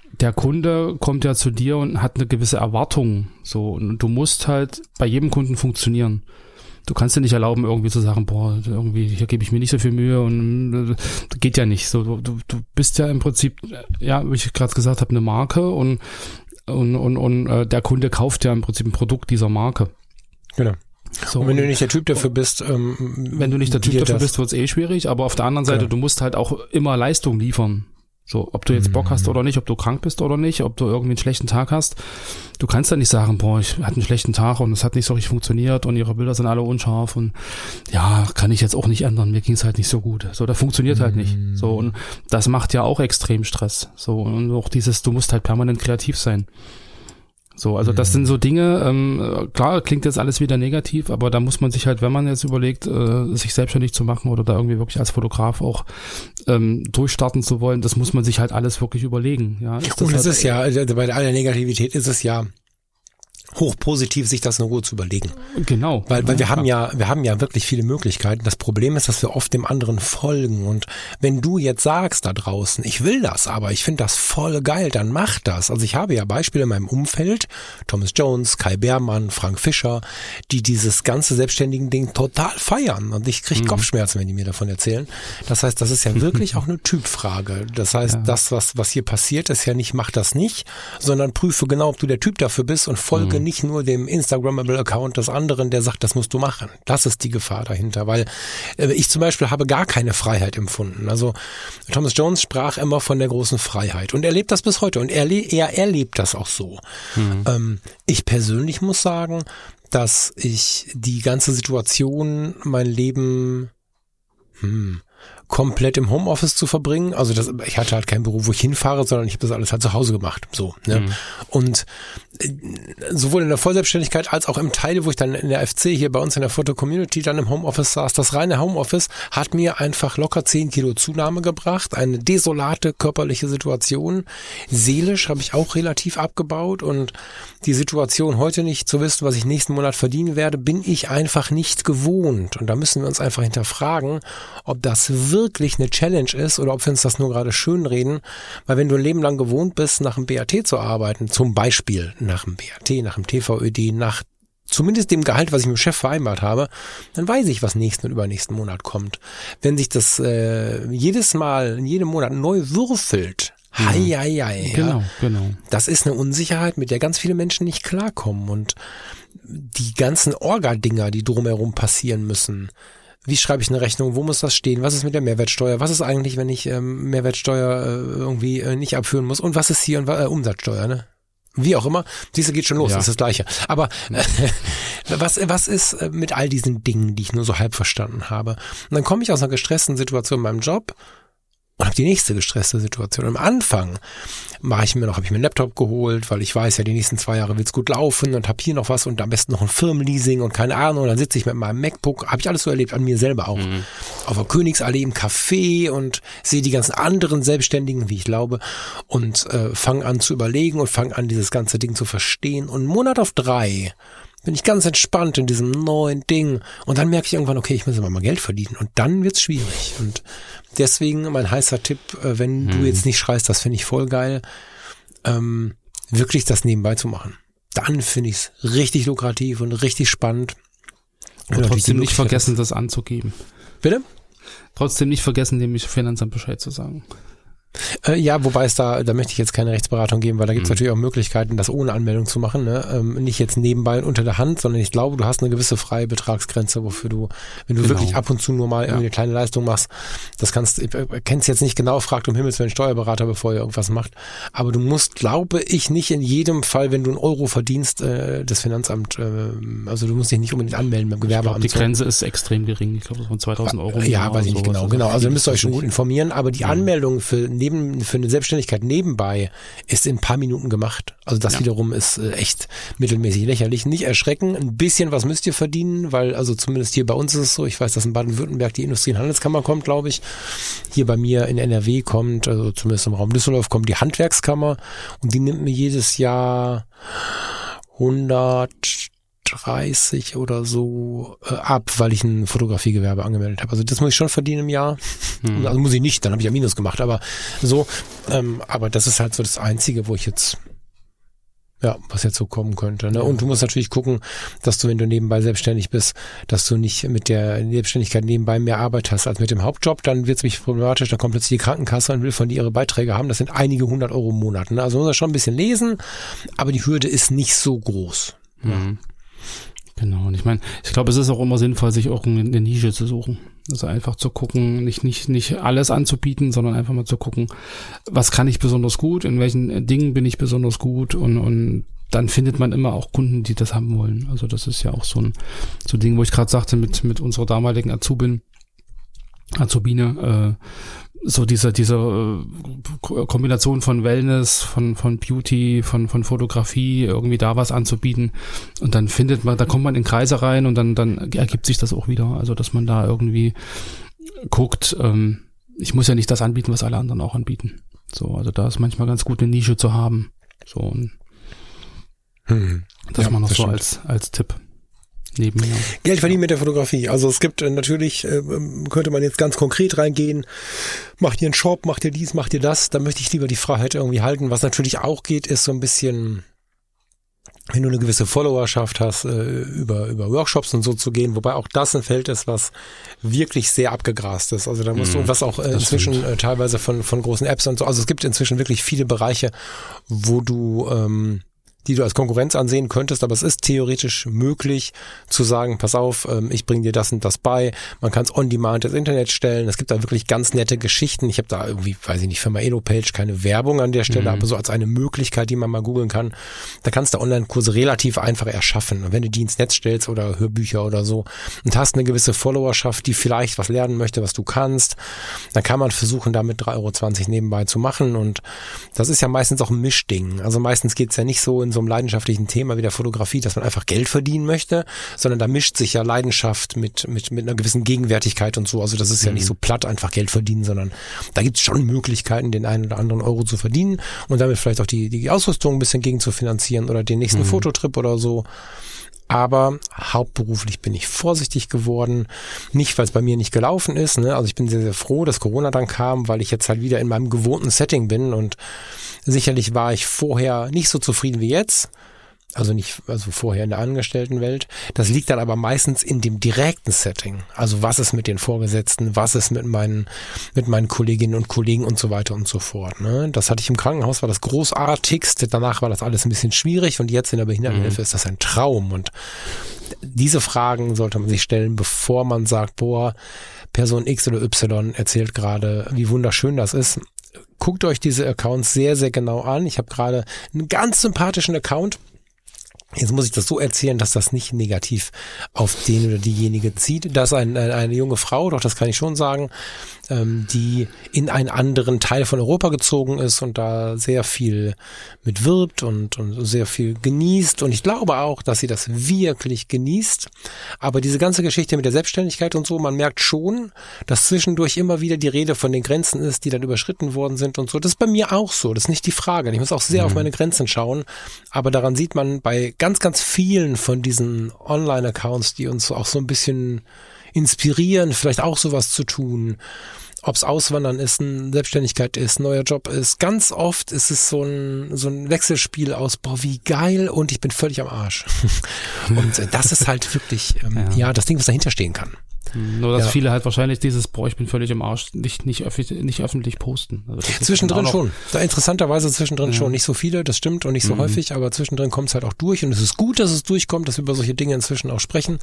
der Kunde kommt ja zu dir und hat eine gewisse Erwartung, so, und du musst halt bei jedem Kunden funktionieren. Du kannst dir nicht erlauben, irgendwie zu sagen, boah, irgendwie, hier gebe ich mir nicht so viel Mühe und äh, geht ja nicht. So, du, du bist ja im Prinzip, ja, wie ich gerade gesagt habe, eine Marke und und und, und äh, der Kunde kauft ja im Prinzip ein Produkt dieser Marke. Genau. So, und wenn du nicht der Typ dafür bist, ähm, wenn du nicht der Typ dafür bist, wird's eh schwierig. Aber auf der anderen Seite, genau. Du musst halt auch immer Leistung liefern. So, ob du jetzt Bock hast oder nicht, ob du krank bist oder nicht, ob du irgendwie einen schlechten Tag hast. Du kannst ja nicht sagen, boah, ich hatte einen schlechten Tag und es hat nicht so richtig funktioniert und ihre Bilder sind alle unscharf und ja, kann ich jetzt auch nicht ändern, mir ging es halt nicht so gut. So, das funktioniert halt nicht. So, und das macht ja auch extrem Stress. So, und auch dieses, du musst halt permanent kreativ sein. So, also das sind so Dinge, ähm, klar, klingt jetzt alles wieder negativ, aber da muss man sich halt, wenn man jetzt überlegt, äh, sich selbstständig zu machen oder da irgendwie wirklich als Fotograf auch ähm, durchstarten zu wollen, das muss man sich halt alles wirklich überlegen. Ja, ist das Und es halt, ist ja, also bei aller Negativität ist es ja hochpositiv, sich das in Ruhe zu überlegen. Genau. Weil, weil ja, wir haben ja, wir haben ja wirklich viele Möglichkeiten. Das Problem ist, dass wir oft dem anderen folgen. Und wenn du jetzt sagst da draußen, ich will das, aber ich finde das voll geil, dann mach das. Also ich habe ja Beispiele in meinem Umfeld, Thomas Jones, Kai Beermann, Frank Fischer, die dieses ganze selbstständigen Ding total feiern. Und ich kriege mhm. Kopfschmerzen, wenn die mir davon erzählen. Das heißt, das ist ja wirklich auch eine Typfrage. Das heißt, ja. das, was, was hier passiert, ist ja nicht, mach das nicht, sondern prüfe genau, ob du der Typ dafür bist und folge mhm. nicht nur dem Instagrammable-Account des anderen, der sagt, das musst du machen. Das ist die Gefahr dahinter, weil äh, ich zum Beispiel habe gar keine Freiheit empfunden. Also Thomas Jones sprach immer von der großen Freiheit und er lebt das bis heute und er, er erlebt das auch so. Mhm. Ähm, ich persönlich muss sagen, dass ich die ganze Situation, mein Leben hm, komplett im Homeoffice zu verbringen. Also das, ich hatte halt kein Büro, wo ich hinfahre, sondern ich habe das alles halt zu Hause gemacht. So, ne? Mhm. Und äh, sowohl in der Vollselbstständigkeit als auch im Teil, wo ich dann in der F C hier bei uns in der Foto-Community dann im Homeoffice saß, das reine Homeoffice hat mir einfach locker zehn Kilo Zunahme gebracht. Eine desolate körperliche Situation. Seelisch habe ich auch relativ abgebaut und die Situation heute nicht zu wissen, was ich nächsten Monat verdienen werde, bin ich einfach nicht gewohnt. Und da müssen wir uns einfach hinterfragen, ob das wirklich wirklich eine Challenge ist oder ob wir uns das nur gerade schönreden, weil wenn du ein Leben lang gewohnt bist, nach dem B A T zu arbeiten, zum Beispiel nach dem B A T, nach dem T V Ö D, nach zumindest dem Gehalt, was ich mit dem Chef vereinbart habe, dann weiß ich, was nächsten und übernächsten Monat kommt. Wenn sich das äh, jedes Mal, in jedem Monat neu würfelt, hei, hei, hei, genau, ja, genau. Das ist eine Unsicherheit, mit der ganz viele Menschen nicht klarkommen und die ganzen Orga-Dinger, die drumherum passieren müssen. Wie schreibe ich eine Rechnung? Wo muss das stehen? Was ist mit der Mehrwertsteuer? Was ist eigentlich, wenn ich ähm, Mehrwertsteuer äh, irgendwie äh, nicht abführen muss? Und was ist hier und äh, Umsatzsteuer, ne? Wie auch immer. Siehst du, geht schon los, ja. Ist das Gleiche. Aber äh, was was ist mit all diesen Dingen, die ich nur so halb verstanden habe? Und dann komme ich aus einer gestressten Situation in meinem Job und habe die nächste gestresste Situation. Am Anfang mache ich mir noch, habe ich mir einen Laptop geholt, weil ich weiß ja, die nächsten zwei Jahre wird's gut laufen und habe hier noch was und am besten noch ein Firmenleasing und keine Ahnung. Und dann sitze ich mit meinem MacBook, habe ich alles so erlebt, an mir selber auch, mhm. auf der Königsallee im Café und sehe die ganzen anderen Selbstständigen, wie ich glaube, und äh, fange an zu überlegen und fange an, dieses ganze Ding zu verstehen. Und einen Monat auf drei bin ich ganz entspannt in diesem neuen Ding. Und dann merke ich irgendwann, okay, ich muss immer mal Geld verdienen. Und dann wird's schwierig. Und deswegen mein heißer Tipp, wenn hm. du jetzt nicht schreist, das finde ich voll geil, ähm, wirklich das nebenbei zu machen. Dann finde ich es richtig lukrativ und richtig spannend. Und trotzdem nicht vergessen, das anzugeben. Bitte? Trotzdem nicht vergessen, dem Finanzamt Bescheid zu sagen. Äh, ja, wobei es da, da möchte ich jetzt keine Rechtsberatung geben, weil da gibt es mhm. natürlich auch Möglichkeiten, das ohne Anmeldung zu machen, ne? Ähm, nicht jetzt nebenbei und unter der Hand, sondern ich glaube, du hast eine gewisse freie Betragsgrenze, wofür du, wenn du genau. wirklich ab und zu nur mal ja. irgendwie eine kleine Leistung machst, das kannst, ich äh, kennst jetzt nicht genau, fragt um Himmels Willen Steuerberater, bevor er irgendwas macht, aber du musst, glaube ich, nicht in jedem Fall, wenn du einen Euro verdienst, äh, das Finanzamt, äh, also du musst dich nicht unbedingt anmelden beim Gewerbeamt. Die Grenze ist extrem gering, ich glaube, von zweitausend Euro. Ja, weiß ich nicht genau, genau, also da müsst ihr euch schon gut informieren, aber die Anmeldung für neben, für eine Selbstständigkeit nebenbei ist in ein paar Minuten gemacht. Also das ja. wiederum ist äh, echt mittelmäßig lächerlich. Nicht erschrecken, ein bisschen was müsst ihr verdienen, weil also zumindest hier bei uns ist es so, ich weiß, dass in Baden-Württemberg die Industrie- und Handelskammer kommt, glaube ich. Hier bei mir in N R W kommt, also zumindest im Raum Düsseldorf, kommt die Handwerkskammer und die nimmt mir jedes Jahr hunderttausend dreißig oder so äh, ab, weil ich ein Fotografiegewerbe angemeldet habe. Also das muss ich schon verdienen im Jahr. Hm. Also muss ich nicht, dann habe ich ja Minus gemacht, aber so, ähm, aber das ist halt so das Einzige, wo ich jetzt, ja, was jetzt so kommen könnte. Ne? Und du musst natürlich gucken, dass du, wenn du nebenbei selbstständig bist, dass du nicht mit der Selbstständigkeit nebenbei mehr Arbeit hast als mit dem Hauptjob, dann wird es mich problematisch, dann kommt plötzlich die Krankenkasse und will von dir ihre Beiträge haben. Das sind einige hundert Euro im Monat. Ne? Also man muss schon ein bisschen lesen, aber die Hürde ist nicht so groß. Mhm. Ja. Genau, und ich meine, ich glaube, es ist auch immer sinnvoll, sich auch eine Nische zu suchen. Also einfach zu gucken, nicht nicht nicht alles anzubieten, sondern einfach mal zu gucken, was kann ich besonders gut, in welchen Dingen bin ich besonders gut und und dann findet man immer auch Kunden, die das haben wollen. Also das ist ja auch so ein so ein Ding, wo ich gerade sagte mit mit unserer damaligen Azubin, Azubine, äh, so diese diese äh, Kombination von Wellness, von von Beauty, von von Fotografie, irgendwie da was anzubieten und dann findet man, da kommt man in Kreise rein und dann dann ergibt sich das auch wieder, also dass man da irgendwie guckt, ähm, ich muss ja nicht das anbieten, was alle anderen auch anbieten. So, also da ist manchmal ganz gut eine Nische zu haben. So, und hm. das ja, mal noch das so stimmt. als als Tipp. Nebenher. Geld verdienen mit der Fotografie. Also es gibt äh, natürlich, äh, könnte man jetzt ganz konkret reingehen, macht ihr einen Shop, macht ihr dies, macht ihr das, da möchte ich lieber die Freiheit irgendwie halten. Was natürlich auch geht, ist so ein bisschen, wenn du eine gewisse Followerschaft hast, äh, über über Workshops und so zu gehen, wobei auch das ein Feld ist, was wirklich sehr abgegrast ist. Also da musst du, und was auch äh, inzwischen äh, teilweise von von großen Apps und so, also es gibt inzwischen wirklich viele Bereiche, wo du ähm, die du als Konkurrenz ansehen könntest, aber es ist theoretisch möglich zu sagen, pass auf, ich bringe dir das und das bei. Man kann es on demand ins Internet stellen. Es gibt da wirklich ganz nette Geschichten. Ich habe da irgendwie, weiß ich nicht, Firma Elopage, keine Werbung an der Stelle, mhm. aber so als eine Möglichkeit, die man mal googeln kann. Da kannst du Online-Kurse relativ einfach erschaffen. Und wenn du die ins Netz stellst oder Hörbücher oder so und hast eine gewisse Followerschaft, die vielleicht was lernen möchte, was du kannst, dann kann man versuchen, damit drei Euro zwanzig nebenbei zu machen. Und das ist ja meistens auch ein Mischding. Also meistens geht's ja nicht so in so einem leidenschaftlichen Thema wie der Fotografie, dass man einfach Geld verdienen möchte, sondern da mischt sich ja Leidenschaft mit mit mit einer gewissen Gegenwärtigkeit und so. Also das ist ja mhm. nicht so platt einfach Geld verdienen, sondern da gibt's schon Möglichkeiten, den einen oder anderen Euro zu verdienen und damit vielleicht auch die die Ausrüstung ein bisschen gegen zu finanzieren oder den nächsten mhm. Fototrip oder so. Aber hauptberuflich bin ich vorsichtig geworden. Nicht, weil es bei mir nicht gelaufen ist. Ne? Also ich bin sehr, sehr froh, dass Corona dann kam, weil ich jetzt halt wieder in meinem gewohnten Setting bin. Und sicherlich war ich vorher nicht so zufrieden wie jetzt. Also nicht, also vorher in der Angestelltenwelt. Das liegt dann aber meistens in dem direkten Setting. Also was ist mit den Vorgesetzten, was ist mit meinen, mit meinen Kolleginnen und Kollegen und so weiter und so fort. Ne? Das hatte ich im Krankenhaus, war das großartigste. Danach war das alles ein bisschen schwierig und jetzt in der Behindertenhilfe mhm. ist das ein Traum. Und diese Fragen sollte man sich stellen, bevor man sagt, boah, Person X oder Y erzählt gerade, wie wunderschön das ist. Guckt euch diese Accounts sehr, sehr genau an. Ich habe gerade einen ganz sympathischen Account. Jetzt muss ich das so erzählen, dass das nicht negativ auf den oder diejenige zieht. Das ist ein, eine, eine junge Frau, doch das kann ich schon sagen, ähm, die in einen anderen Teil von Europa gezogen ist und da sehr viel mit wirbt und, und sehr viel genießt. Und ich glaube auch, dass sie das wirklich genießt. Aber diese ganze Geschichte mit der Selbstständigkeit und so, man merkt schon, dass zwischendurch immer wieder die Rede von den Grenzen ist, die dann überschritten worden sind und so. Das ist bei mir auch so, das ist nicht die Frage. Ich muss auch sehr mhm. auf meine Grenzen schauen. Aber daran sieht man bei ganz, ganz vielen von diesen Online-Accounts, die uns auch so ein bisschen inspirieren, vielleicht auch sowas zu tun, ob es Auswandern ist, eine Selbstständigkeit ist, neuer Job ist. Ganz oft ist es so ein so ein Wechselspiel aus, boah, wie geil und ich bin völlig am Arsch. Und das ist halt wirklich, ähm, ja. ja, das Ding, was dahinter stehen kann. Nur, dass ja. viele halt wahrscheinlich dieses, boah, ich bin völlig im Arsch, nicht, nicht, öffentlich, nicht öffentlich posten. Also zwischendrin schon. Da interessanterweise zwischendrin ja. schon. Nicht so viele, das stimmt, und nicht so mhm. häufig, aber zwischendrin kommt es halt auch durch. Und es ist gut, dass es durchkommt, dass wir über solche Dinge inzwischen auch sprechen.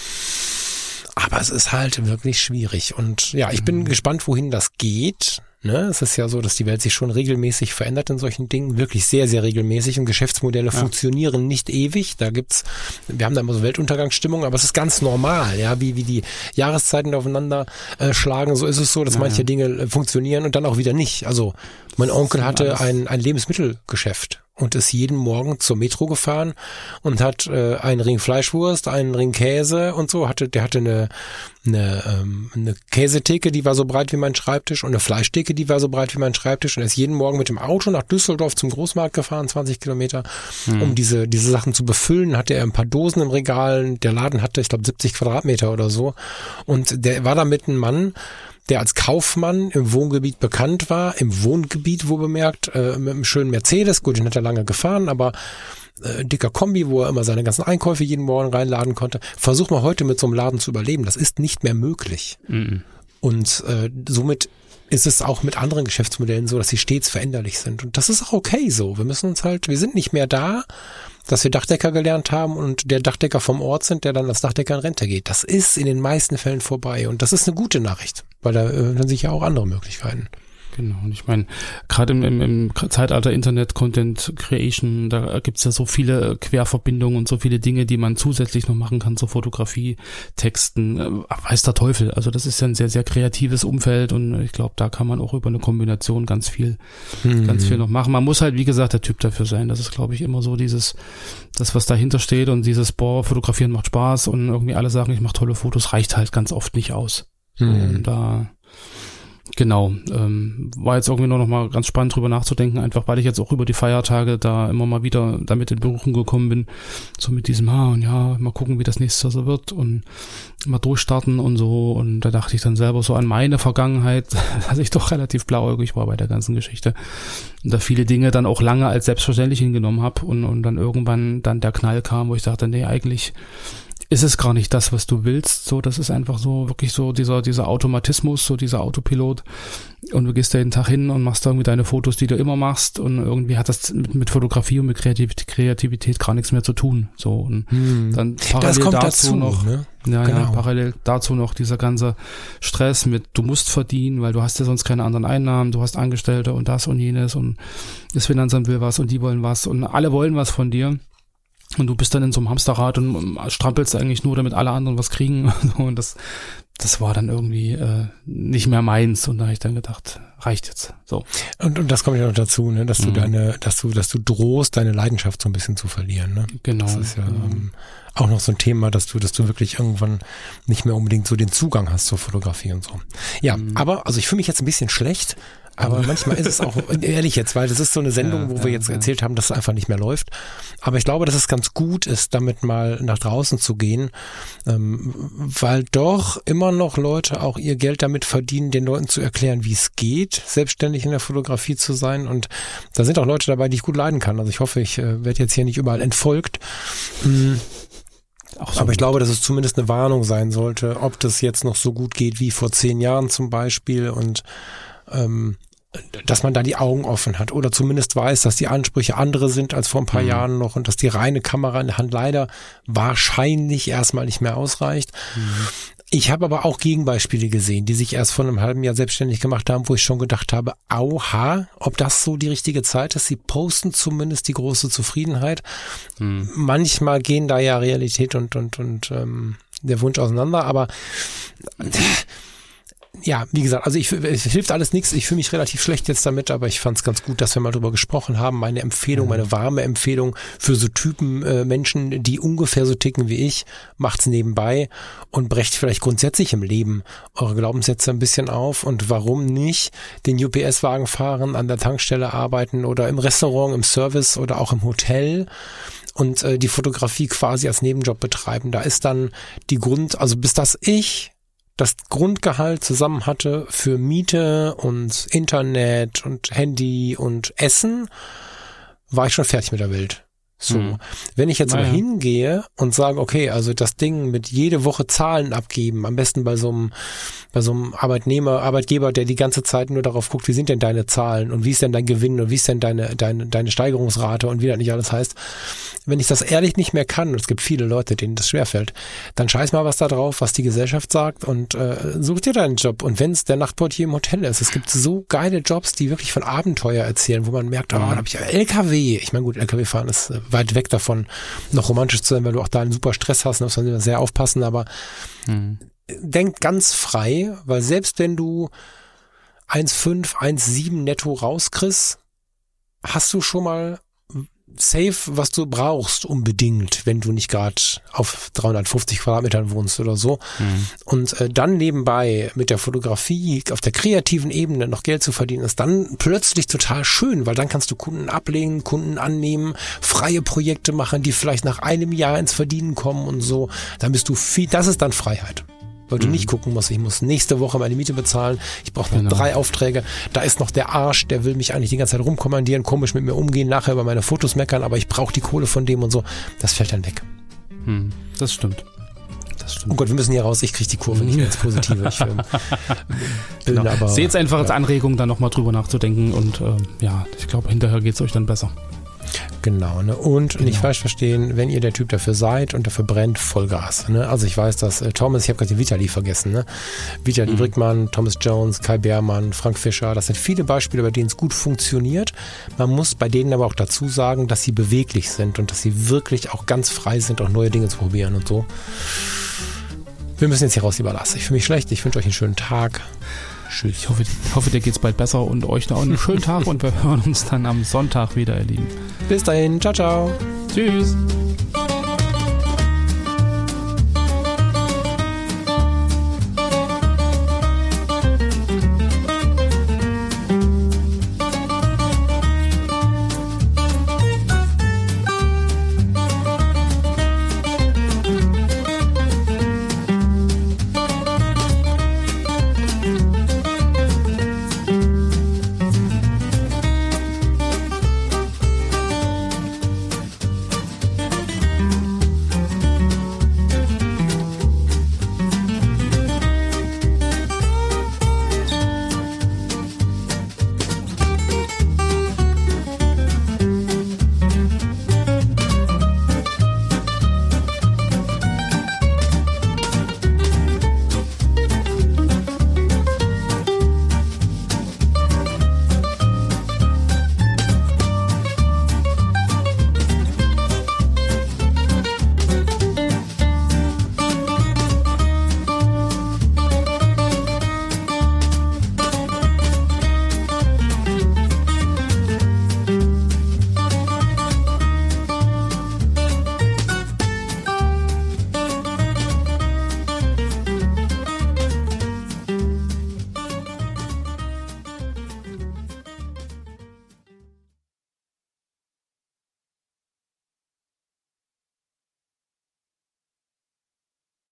Aber es ist halt wirklich schwierig. Und ja, ich bin mhm. gespannt, wohin das geht. Ne? Es ist ja so, dass die Welt sich schon regelmäßig verändert in solchen Dingen, wirklich sehr, sehr regelmäßig, und Geschäftsmodelle ja. funktionieren nicht ewig. Da gibt's, wir haben da immer so Weltuntergangsstimmung, aber es ist ganz normal, ja, wie wie die Jahreszeiten aufeinander äh, schlagen. So ist es so, dass ja, manche ja. Dinge äh, funktionieren und dann auch wieder nicht. Also mein Onkel hatte ein ein Lebensmittelgeschäft und ist jeden Morgen zur Metro gefahren und hat äh, einen Ring Fleischwurst, einen Ring Käse und so. Hatte, der hatte eine, eine, ähm, eine Käsetheke, die war so breit wie mein Schreibtisch und eine Fleischtheke, die war so breit wie mein Schreibtisch und er ist jeden Morgen mit dem Auto nach Düsseldorf zum Großmarkt gefahren, zwanzig Kilometer, hm. um diese diese Sachen zu befüllen. Hatte er ein paar Dosen im Regal. Der Laden hatte, ich glaube, siebzig Quadratmeter oder so und der war damit ein Mann, der als Kaufmann im Wohngebiet bekannt war, im Wohngebiet wohl bemerkt, äh, mit einem schönen Mercedes, gut, den hat er lange gefahren, aber äh, dicker Kombi, wo er immer seine ganzen Einkäufe jeden Morgen reinladen konnte. Versuch mal heute mit so einem Laden zu überleben, das ist nicht mehr möglich. Mhm. Und äh, somit ist es auch mit anderen Geschäftsmodellen so, dass sie stets veränderlich sind. Und das ist auch okay so. Wir müssen uns halt, wir sind nicht mehr da, dass wir Dachdecker gelernt haben und der Dachdecker vom Ort sind, der dann als Dachdecker in Rente geht. Das ist in den meisten Fällen vorbei und das ist eine gute Nachricht, weil da öffnen sich ja auch andere Möglichkeiten. Genau, und ich meine, gerade im, im, im Zeitalter Internet, Content Creation, da gibt's ja so viele Querverbindungen und so viele Dinge, die man zusätzlich noch machen kann zur Fotografie, Texten, äh, weiß der Teufel. Also das ist ja ein sehr, sehr kreatives Umfeld und ich glaube, da kann man auch über eine Kombination ganz viel, mhm. ganz viel noch machen. Man muss halt, wie gesagt, der Typ dafür sein. Das ist, glaube ich, immer so dieses, das, was dahinter steht und dieses, boah, fotografieren macht Spaß und irgendwie alle sagen, ich mache tolle Fotos, reicht halt ganz oft nicht aus. So, mhm. und da Genau, ähm, war jetzt irgendwie nur noch mal ganz spannend drüber nachzudenken, einfach weil ich jetzt auch über die Feiertage da immer mal wieder damit in Berührung gekommen bin, so mit diesem, ah, und ja, mal gucken, wie das nächste Jahr so wird und mal durchstarten und so, und da dachte ich dann selber so an meine Vergangenheit, dass ich doch relativ blauäugig war bei der ganzen Geschichte und da viele Dinge dann auch lange als selbstverständlich hingenommen habe und, und dann irgendwann dann der Knall kam, wo ich dachte, nee, eigentlich ist es gar nicht das, was du willst, so, das ist einfach so, wirklich so dieser, dieser Automatismus, so dieser Autopilot, und du gehst da jeden Tag hin und machst da irgendwie deine Fotos, die du immer machst, und irgendwie hat das mit, mit Fotografie und mit Kreativität, Kreativität gar nichts mehr zu tun, so, und hm. dann parallel das kommt dazu, dazu noch, ne? ja, genau. ja, parallel dazu noch dieser ganze Stress mit, du musst verdienen, weil du hast ja sonst keine anderen Einnahmen, du hast Angestellte und das und jenes und das Finanzamt will was und die wollen was und alle wollen was von dir. Und du bist dann in so einem Hamsterrad und strampelst eigentlich nur, damit alle anderen was kriegen. Und das, das war dann irgendwie äh, nicht mehr meins. Und da habe ich dann gedacht, reicht jetzt. So. Und, und das kommt ja noch dazu, ne, dass du mhm. deine, dass du, dass du drohst, deine Leidenschaft so ein bisschen zu verlieren. Ne? Genau. Das ist ja genau. ähm, auch noch so ein Thema, dass du, dass du wirklich irgendwann nicht mehr unbedingt so den Zugang hast zur Fotografie und so. Ja, mhm. aber also ich fühle mich jetzt ein bisschen schlecht. Aber manchmal ist es auch, ehrlich jetzt, weil das ist so eine Sendung, ja, wo wir ja, jetzt ja. erzählt haben, dass es einfach nicht mehr läuft. Aber ich glaube, dass es ganz gut ist, damit mal nach draußen zu gehen, ähm, weil doch immer noch Leute auch ihr Geld damit verdienen, den Leuten zu erklären, wie es geht, selbstständig in der Fotografie zu sein. Und da sind auch Leute dabei, die ich gut leiden kann. Also ich hoffe, ich äh, werde jetzt hier nicht überall entfolgt. Mhm. Auch so. Aber ich glaube, dass es zumindest eine Warnung sein sollte, ob das jetzt noch so gut geht wie vor zehn Jahren zum Beispiel, und ähm, dass man da die Augen offen hat oder zumindest weiß, dass die Ansprüche andere sind als vor ein paar mhm. Jahren noch und dass die reine Kamera in der Hand leider wahrscheinlich erstmal nicht mehr ausreicht. Mhm. Ich habe aber auch Gegenbeispiele gesehen, die sich erst vor einem halben Jahr selbstständig gemacht haben, wo ich schon gedacht habe, auha, ob das so die richtige Zeit ist. Sie posten zumindest die große Zufriedenheit. Mhm. Manchmal gehen da ja Realität und und und ähm, der Wunsch auseinander, aber ja, wie gesagt, also ich, es hilft alles nichts. Ich fühle mich relativ schlecht jetzt damit, aber ich fand es ganz gut, dass wir mal drüber gesprochen haben. Meine Empfehlung, meine warme Empfehlung für so Typen äh, Menschen, die ungefähr so ticken wie ich, macht's nebenbei und brecht vielleicht grundsätzlich im Leben eure Glaubenssätze ein bisschen auf. Und warum nicht den U P S-Wagen fahren, an der Tankstelle arbeiten oder im Restaurant, im Service oder auch im Hotel und äh, die Fotografie quasi als Nebenjob betreiben. Da ist dann die Grund, also bis das ich das Grundgehalt zusammen hatte für Miete und Internet und Handy und Essen, war ich schon fertig mit der Welt. So, mhm. wenn ich jetzt naja. aber hingehe und sage, okay, also das Ding mit jede Woche Zahlen abgeben, am besten bei so einem bei so einem Arbeitnehmer, Arbeitgeber, der die ganze Zeit nur darauf guckt, wie sind denn deine Zahlen und wie ist denn dein Gewinn und wie ist denn deine deine deine Steigerungsrate und wie das nicht alles heißt. Wenn ich das ehrlich nicht mehr kann, und es gibt viele Leute, denen das schwerfällt, dann scheiß mal was da drauf, was die Gesellschaft sagt, und äh, such dir deinen Job. Und wenn es der Nachtportier im Hotel ist, es gibt so geile Jobs, die wirklich von Abenteuer erzählen, wo man merkt, oh, da habe ich L K W. Ich meine, gut, L K W fahren ist weit weg davon, noch romantisch zu sein, weil du auch da einen super Stress hast, da muss man sehr aufpassen, aber mhm. denk ganz frei, weil selbst wenn du eins Komma fünf, eins Komma sieben netto rauskriegst, hast du schon mal safe, was du brauchst, unbedingt, wenn du nicht gerade auf dreihundertfünfzig Quadratmetern wohnst oder so. Mhm. Und äh, dann nebenbei mit der Fotografie auf der kreativen Ebene noch Geld zu verdienen, ist dann plötzlich total schön, weil dann kannst du Kunden ablehnen, Kunden annehmen, freie Projekte machen, die vielleicht nach einem Jahr ins Verdienen kommen und so. Dann bist du viel, das ist dann Freiheit. Weil du mhm. nicht gucken musst, ich muss nächste Woche meine Miete bezahlen, ich brauche noch genau. drei Aufträge, da ist noch der Arsch, der will mich eigentlich die ganze Zeit rumkommandieren, komisch mit mir umgehen, nachher über meine Fotos meckern, aber ich brauche die Kohle von dem und so, das fällt dann weg. Mhm. Das stimmt. Das stimmt. Oh Gott, wir müssen hier raus, ich kriege die Kurve nicht mehr ins Positive. Ich ähm, bin genau. aber... Seht es einfach als ja. Anregung, da nochmal drüber nachzudenken und äh, ja, ich glaube, hinterher geht es euch dann besser. Genau, ne? Und genau. nicht falsch verstehen, wenn ihr der Typ dafür seid und dafür brennt, Vollgas. Ne? Also ich weiß, dass äh, Thomas, ich habe gerade den Vitali vergessen, ne? Vitali mhm. Brickmann, Thomas Jones, Kai Beermann, Frank Fischer, das sind viele Beispiele, bei denen es gut funktioniert. Man muss bei denen aber auch dazu sagen, dass sie beweglich sind und dass sie wirklich auch ganz frei sind, auch neue Dinge zu probieren und so. Wir müssen jetzt hier raus, lieber Lars. Ich fühle mich schlecht, ich wünsche euch einen schönen Tag. Tschüss. Ich hoffe, ich hoffe dir geht's bald besser und euch da auch einen schönen Tag und wir hören uns dann am Sonntag wieder, ihr Lieben. Bis dahin, ciao, ciao. Tschüss.